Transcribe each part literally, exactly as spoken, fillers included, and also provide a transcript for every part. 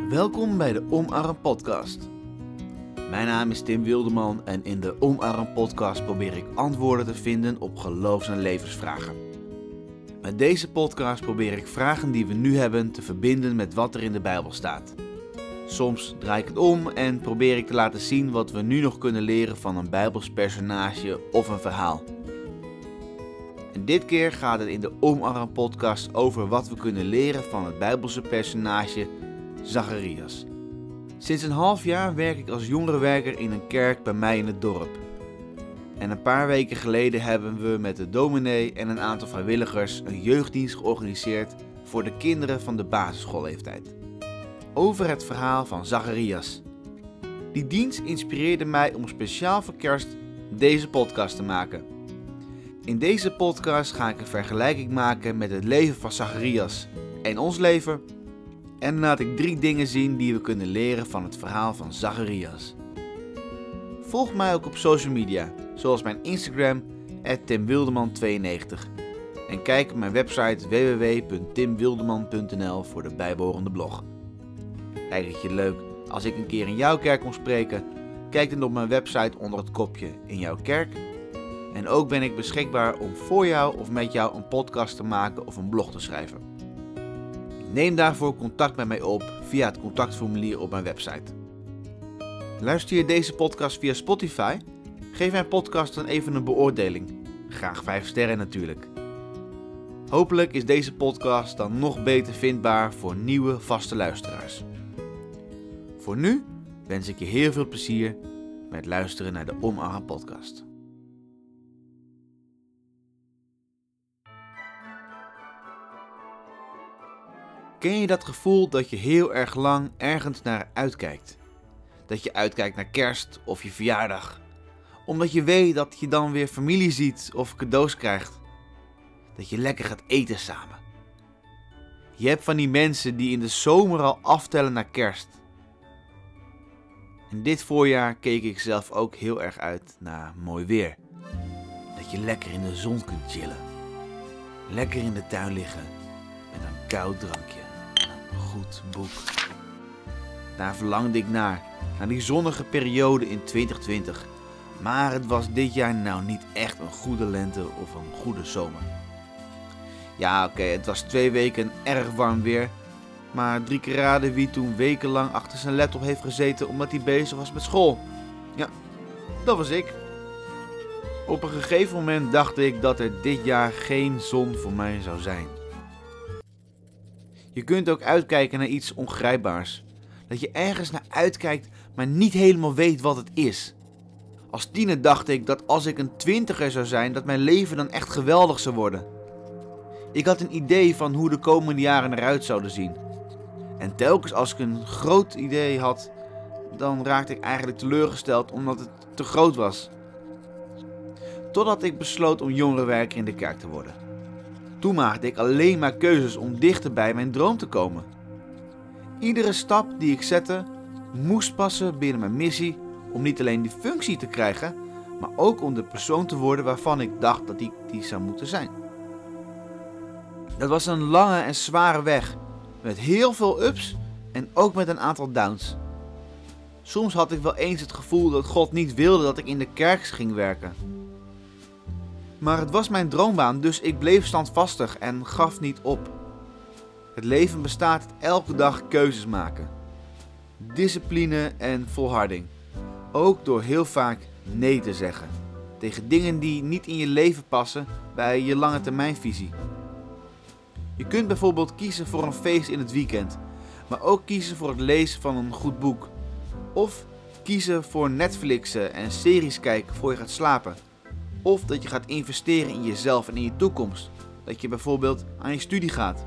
Welkom bij de Omarm Podcast. Mijn naam is Tim Wilderman en in de Omarm Podcast probeer ik antwoorden te vinden op geloofs- en levensvragen. Met deze podcast probeer ik vragen die we nu hebben te verbinden met wat er in de Bijbel staat. Soms draai ik het om en probeer ik te laten zien wat we nu nog kunnen leren van een Bijbels personage of een verhaal. En dit keer gaat het in de Omarm Podcast over wat we kunnen leren van het Bijbelse personage Zacharias. Sinds een half jaar werk ik als jongerenwerker in een kerk bij mij in het dorp. En een paar weken geleden hebben we met de dominee en een aantal vrijwilligers een jeugddienst georganiseerd voor de kinderen van de basisschoolleeftijd. Over het verhaal van Zacharias. Die dienst inspireerde mij om speciaal voor kerst deze podcast te maken. In deze podcast ga ik een vergelijking maken met het leven van Zacharias en ons leven. En laat ik drie dingen zien die we kunnen leren van het verhaal van Zacharias. Volg mij ook op social media, zoals mijn Instagram, at tim wilderman tweeënnegentig. En kijk op mijn website w w w punt tim wilderman punt n l voor de bijbehorende blog. Lijkt het je leuk als ik een keer in jouw kerk kom spreken? Kijk dan op mijn website onder het kopje in jouw kerk. En ook ben ik beschikbaar om voor jou of met jou een podcast te maken of een blog te schrijven. Neem daarvoor contact met mij op via het contactformulier op mijn website. Luister je deze podcast via Spotify? Geef mijn podcast dan even een beoordeling. Graag vijf sterren natuurlijk. Hopelijk is deze podcast dan nog beter vindbaar voor nieuwe vaste luisteraars. Voor nu wens ik je heel veel plezier met luisteren naar de Omarm Podcast. Ken je dat gevoel dat je heel erg lang ergens naar uitkijkt? Dat je uitkijkt naar kerst of je verjaardag. Omdat je weet dat je dan weer familie ziet of cadeaus krijgt. Dat je lekker gaat eten samen. Je hebt van die mensen die in de zomer al aftellen naar kerst. En dit voorjaar keek ik zelf ook heel erg uit naar mooi weer. Dat je lekker in de zon kunt chillen. Lekker in de tuin liggen met een koud drankje. Goed boek. Daar verlangde ik naar, naar die zonnige periode in twintig twintig. Maar het was dit jaar nou niet echt een goede lente of een goede zomer. Ja, oké, okay, het was twee weken erg warm weer. Maar drie keer raden wie toen wekenlang achter zijn laptop heeft gezeten omdat hij bezig was met school. Ja, dat was ik. Op een gegeven moment dacht ik dat er dit jaar geen zon voor mij zou zijn. Je kunt ook uitkijken naar iets ongrijpbaars. Dat je ergens naar uitkijkt, maar niet helemaal weet wat het is. Als tiener dacht ik dat als ik een twintiger zou zijn, dat mijn leven dan echt geweldig zou worden. Ik had een idee van hoe de komende jaren eruit zouden zien. En telkens als ik een groot idee had, dan raakte ik eigenlijk teleurgesteld omdat het te groot was. Totdat ik besloot om jongerenwerker in de kerk te worden. Toen maakte ik alleen maar keuzes om dichter bij mijn droom te komen. Iedere stap die ik zette moest passen binnen mijn missie om niet alleen die functie te krijgen, maar ook om de persoon te worden waarvan ik dacht dat ik die zou moeten zijn. Dat was een lange en zware weg, met heel veel ups en ook met een aantal downs. Soms had ik wel eens het gevoel dat God niet wilde dat ik in de kerk ging werken. Maar het was mijn droombaan, dus ik bleef standvastig en gaf niet op. Het leven bestaat uit elke dag keuzes maken. Discipline en volharding. Ook door heel vaak nee te zeggen. Tegen dingen die niet in je leven passen bij je lange termijnvisie. Je kunt bijvoorbeeld kiezen voor een feest in het weekend. Maar ook kiezen voor het lezen van een goed boek. Of kiezen voor Netflixen en series kijken voor je gaat slapen. Of dat je gaat investeren in jezelf en in je toekomst. Dat je bijvoorbeeld aan je studie gaat.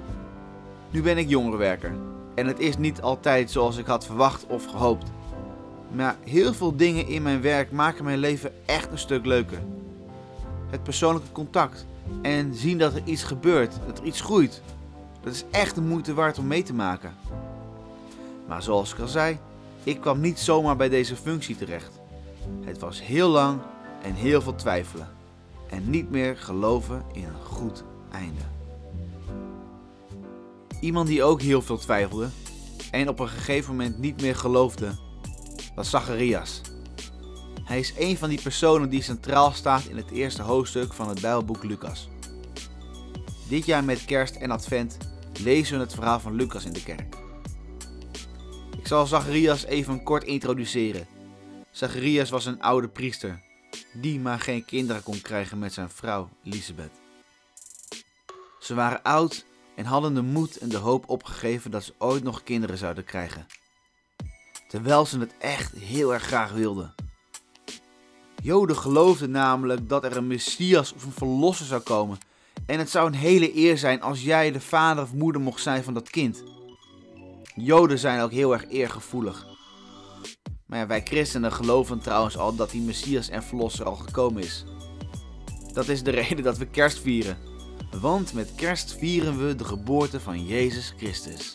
Nu ben ik jongerenwerker. En het is niet altijd zoals ik had verwacht of gehoopt. Maar heel veel dingen in mijn werk maken mijn leven echt een stuk leuker. Het persoonlijke contact. En zien dat er iets gebeurt. Dat er iets groeit. Dat is echt de moeite waard om mee te maken. Maar zoals ik al zei, ik kwam niet zomaar bij deze functie terecht. Het was heel lang en heel veel twijfelen. En niet meer geloven in een goed einde. Iemand die ook heel veel twijfelde, en op een gegeven moment niet meer geloofde, was Zacharias. Hij is een van die personen die centraal staat in het eerste hoofdstuk van het Bijbelboek Lucas. Dit jaar met kerst en advent lezen we het verhaal van Lucas in de kerk. Ik zal Zacharias even kort introduceren. Zacharias was een oude priester, die maar geen kinderen kon krijgen met zijn vrouw Elisabeth. Ze waren oud en hadden de moed en de hoop opgegeven dat ze ooit nog kinderen zouden krijgen. Terwijl ze het echt heel erg graag wilden. Joden geloofden namelijk dat er een Messias of een verlosser zou komen. En het zou een hele eer zijn als jij de vader of moeder mocht zijn van dat kind. Joden zijn ook heel erg eergevoelig. Maar ja, wij christenen geloven trouwens al dat die Messias en verlosser al gekomen is. Dat is de reden dat we kerst vieren. Want met kerst vieren we de geboorte van Jezus Christus.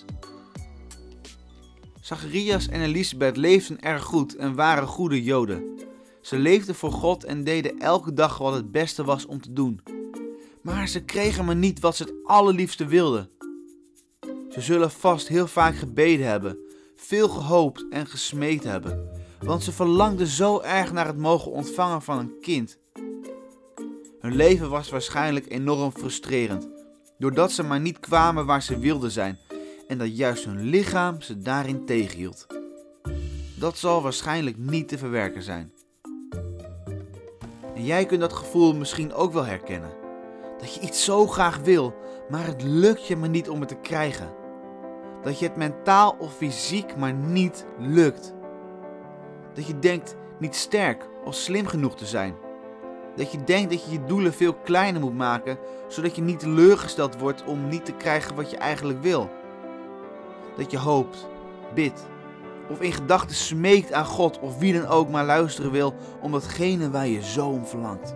Zacharias en Elisabeth leefden erg goed en waren goede Joden. Ze leefden voor God en deden elke dag wat het beste was om te doen. Maar ze kregen maar niet wat ze het allerliefste wilden. Ze zullen vast heel vaak gebeden hebben, veel gehoopt en gesmeekt hebben. Want ze verlangden zo erg naar het mogen ontvangen van een kind. Hun leven was waarschijnlijk enorm frustrerend, doordat ze maar niet kwamen waar ze wilden zijn en dat juist hun lichaam ze daarin tegenhield. Dat zal waarschijnlijk niet te verwerken zijn. En jij kunt dat gevoel misschien ook wel herkennen. Dat je iets zo graag wil, maar het lukt je maar niet om het te krijgen. Dat je het mentaal of fysiek maar niet lukt. Dat je denkt niet sterk of slim genoeg te zijn. Dat je denkt dat je je doelen veel kleiner moet maken, zodat je niet teleurgesteld wordt om niet te krijgen wat je eigenlijk wil. Dat je hoopt, bidt of in gedachten smeekt aan God of wie dan ook maar luisteren wil om datgene waar je zo om verlangt.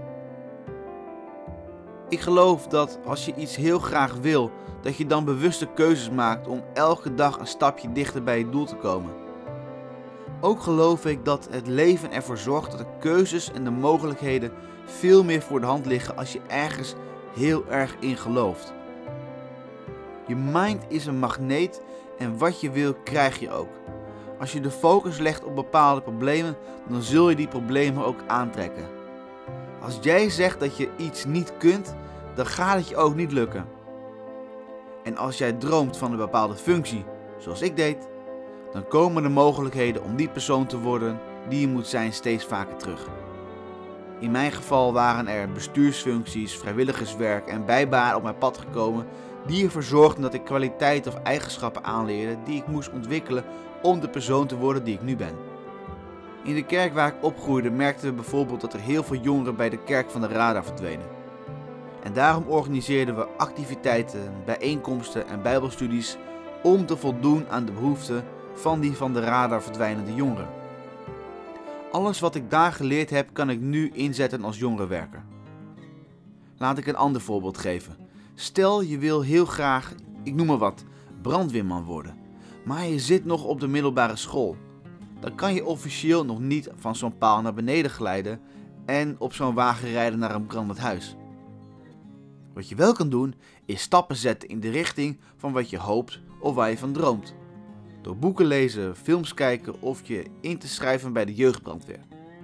Ik geloof dat als je iets heel graag wil, dat je dan bewuste keuzes maakt om elke dag een stapje dichter bij je doel te komen. Ook geloof ik dat het leven ervoor zorgt dat de keuzes en de mogelijkheden veel meer voor de hand liggen als je ergens heel erg in gelooft. Je mind is een magneet en wat je wil krijg je ook. Als je de focus legt op bepaalde problemen, dan zul je die problemen ook aantrekken. Als jij zegt dat je iets niet kunt, dan gaat het je ook niet lukken. En als jij droomt van een bepaalde functie, zoals ik deed, dan komen de mogelijkheden om die persoon te worden die je moet zijn steeds vaker terug. In mijn geval waren er bestuursfuncties, vrijwilligerswerk en bijbanen op mijn pad gekomen die ervoor zorgden dat ik kwaliteiten of eigenschappen aanleerde die ik moest ontwikkelen om de persoon te worden die ik nu ben. In de kerk waar ik opgroeide merkten we bijvoorbeeld dat er heel veel jongeren bij de kerk van de Radar verdwenen. En daarom organiseerden we activiteiten, bijeenkomsten en bijbelstudies om te voldoen aan de behoeften van die van de Radar verdwijnende jongeren. Alles wat ik daar geleerd heb kan ik nu inzetten als jongerenwerker. Laat ik een ander voorbeeld geven. Stel je wil heel graag, ik noem maar wat, brandweerman worden, maar je zit nog op de middelbare school. Dan kan je officieel nog niet van zo'n paal naar beneden glijden en op zo'n wagen rijden naar een brandend huis. Wat je wel kan doen, is stappen zetten in de richting van wat je hoopt of waar je van droomt. Door boeken lezen, films kijken of je in te schrijven bij de jeugdbrandweer.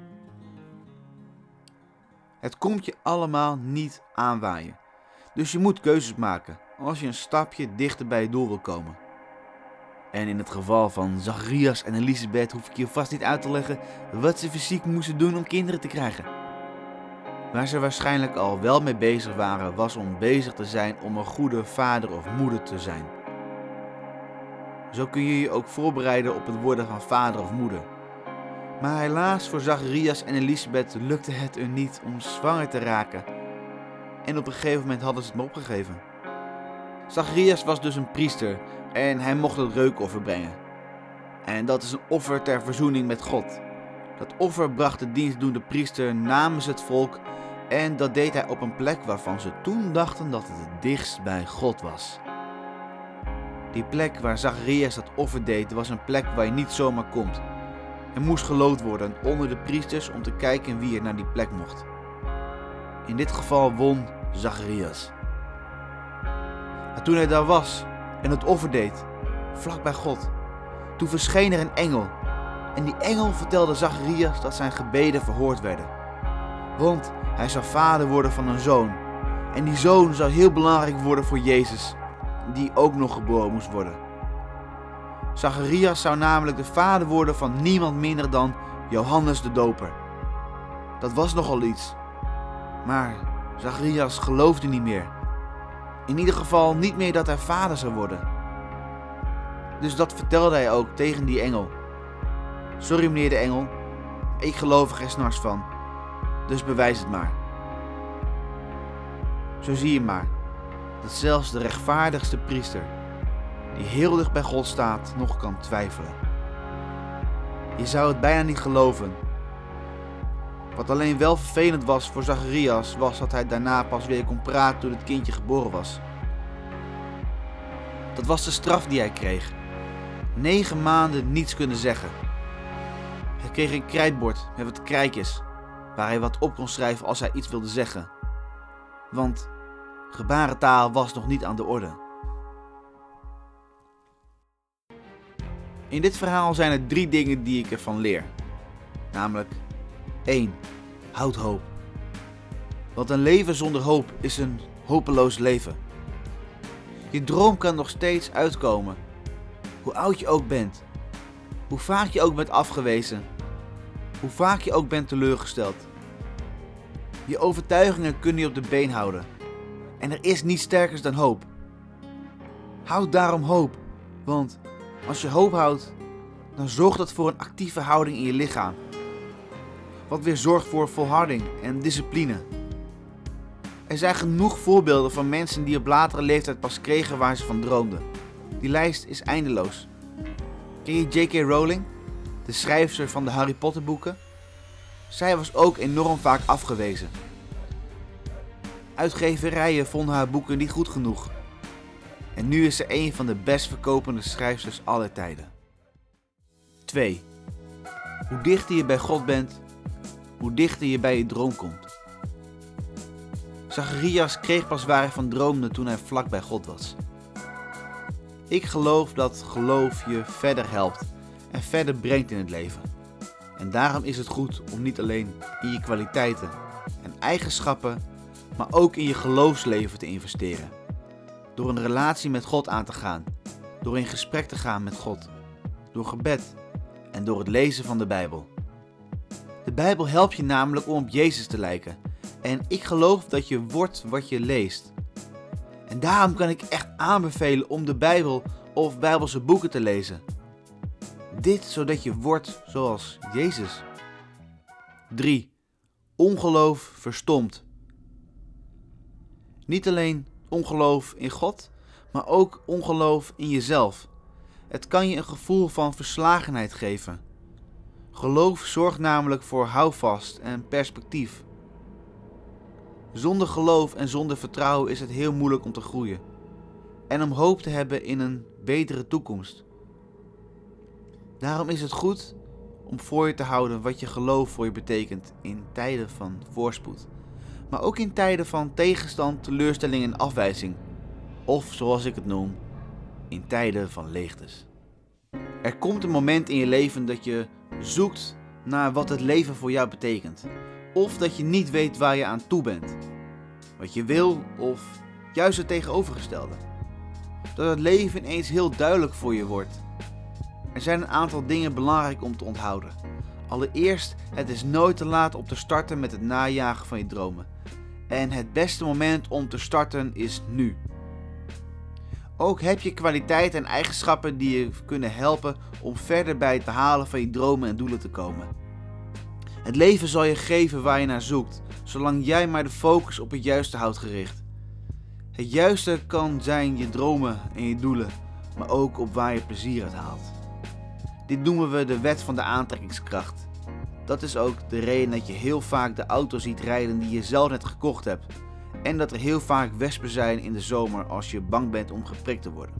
Het komt je allemaal niet aanwaaien. Dus je moet keuzes maken als je een stapje dichter bij je doel wil komen. En in het geval van Zacharias en Elisabeth hoef ik je vast niet uit te leggen wat ze fysiek moesten doen om kinderen te krijgen. Waar ze waarschijnlijk al wel mee bezig waren, was om bezig te zijn om een goede vader of moeder te zijn. Zo kun je je ook voorbereiden op het worden van vader of moeder. Maar helaas voor Zacharias en Elisabeth lukte het er niet om zwanger te raken. En op een gegeven moment hadden ze het me opgegeven. Zacharias was dus een priester en hij mocht het reukoffer brengen. En dat is een offer ter verzoening met God. Dat offer bracht de dienstdoende priester namens het volk en dat deed hij op een plek waarvan ze toen dachten dat het het dichtst bij God was. Die plek waar Zacharias dat offer deed was een plek waar je niet zomaar komt. Er moest geloot worden onder de priesters om te kijken wie er naar die plek mocht. In dit geval won Zacharias. Maar toen hij daar was en het offer deed, vlak bij God, Toen verscheen er een engel. En die engel vertelde Zacharias dat zijn gebeden verhoord werden. Want hij zou vader worden van een zoon. En die zoon zou heel belangrijk worden voor Jezus, die ook nog geboren moest worden. Zacharias zou namelijk de vader worden van niemand minder dan Johannes de Doper. Dat was nogal iets. Maar Zacharias geloofde niet meer. In ieder geval niet meer dat hij vader zou worden. Dus dat vertelde hij ook tegen die engel. Sorry meneer de engel, ik geloof er geen snars van. Dus bewijs het maar. Zo zie je maar, dat zelfs de rechtvaardigste priester, die heel dicht bij God staat, nog kan twijfelen. Je zou het bijna niet geloven. Wat alleen wel vervelend was voor Zacharias, was dat hij daarna pas weer kon praten toen het kindje geboren was. Dat was de straf die hij kreeg. Negen maanden niets kunnen zeggen. Hij kreeg een krijtbord met wat krijtjes, waar hij wat op kon schrijven als hij iets wilde zeggen. Want gebarentaal was nog niet aan de orde. In dit verhaal zijn er drie dingen die ik ervan leer. Namelijk één. Houd hoop. Want een leven zonder hoop is een hopeloos leven. Je droom kan nog steeds uitkomen. Hoe oud je ook bent. Hoe vaak je ook bent afgewezen. Hoe vaak je ook bent teleurgesteld. Je overtuigingen kunnen je op de been houden. En er is niets sterkers dan hoop. Houd daarom hoop. Want als je hoop houdt, dan zorgt dat voor een actieve houding in je lichaam. Wat weer zorgt voor volharding en discipline. Er zijn genoeg voorbeelden van mensen die op latere leeftijd pas kregen waar ze van droomden. Die lijst is eindeloos. Ken je J K Rowling, de schrijfster van de Harry Potter boeken? Zij was ook enorm vaak afgewezen. Uitgeverijen vonden haar boeken niet goed genoeg. En nu is ze een van de best verkopende schrijfsters aller tijden. twee. Hoe dichter je bij God bent, hoe dichter je bij je droom komt. Zacharias kreeg pas waar hij van droomde toen hij vlak bij God was. Ik geloof dat geloof je verder helpt en verder brengt in het leven. En daarom is het goed om niet alleen in je kwaliteiten en eigenschappen, maar ook in je geloofsleven te investeren. Door een relatie met God aan te gaan, door in gesprek te gaan met God, door gebed en door het lezen van de Bijbel. De Bijbel helpt je namelijk om op Jezus te lijken. En ik geloof dat je wordt wat je leest. En daarom kan ik echt aanbevelen om de Bijbel of Bijbelse boeken te lezen. Dit zodat je wordt zoals Jezus. drie. Ongeloof verstomt. Niet alleen ongeloof in God, maar ook ongeloof in jezelf. Het kan je een gevoel van verslagenheid geven. Geloof zorgt namelijk voor houvast en perspectief. Zonder geloof en zonder vertrouwen is het heel moeilijk om te groeien. En om hoop te hebben in een betere toekomst. Daarom is het goed om voor je te houden wat je geloof voor je betekent in tijden van voorspoed. Maar ook in tijden van tegenstand, teleurstelling en afwijzing. Of zoals ik het noem, in tijden van leegtes. Er komt een moment in je leven dat je zoekt naar wat het leven voor jou betekent. Of dat je niet weet waar je aan toe bent. Wat je wil of juist het tegenovergestelde. Dat het leven ineens heel duidelijk voor je wordt. Er zijn een aantal dingen belangrijk om te onthouden. Allereerst, het is nooit te laat om te starten met het najagen van je dromen. En het beste moment om te starten is nu. Ook heb je kwaliteiten en eigenschappen die je kunnen helpen om verder bij het behalen van je dromen en doelen te komen. Het leven zal je geven waar je naar zoekt, zolang jij maar de focus op het juiste houdt gericht. Het juiste kan zijn je dromen en je doelen, maar ook op waar je plezier uit haalt. Dit noemen we de wet van de aantrekkingskracht. Dat is ook de reden dat je heel vaak de auto ziet rijden die je zelf net gekocht hebt. En dat er heel vaak wespen zijn in de zomer als je bang bent om geprikt te worden.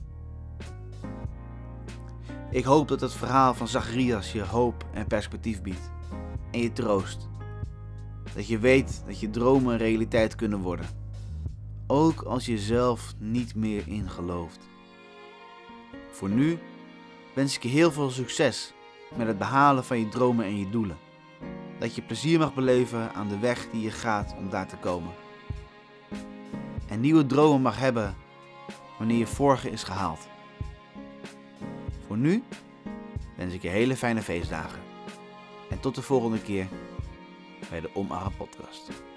Ik hoop dat het verhaal van Zacharias je hoop en perspectief biedt. En je troost. Dat je weet dat je dromen een realiteit kunnen worden. Ook als je zelf niet meer in gelooft. Voor nu wens ik je heel veel succes met het behalen van je dromen en je doelen. Dat je plezier mag beleven aan de weg die je gaat om daar te komen. En nieuwe dromen mag hebben wanneer je vorige is gehaald. Voor nu wens ik je hele fijne feestdagen. En tot de volgende keer bij de Omarm Podcast.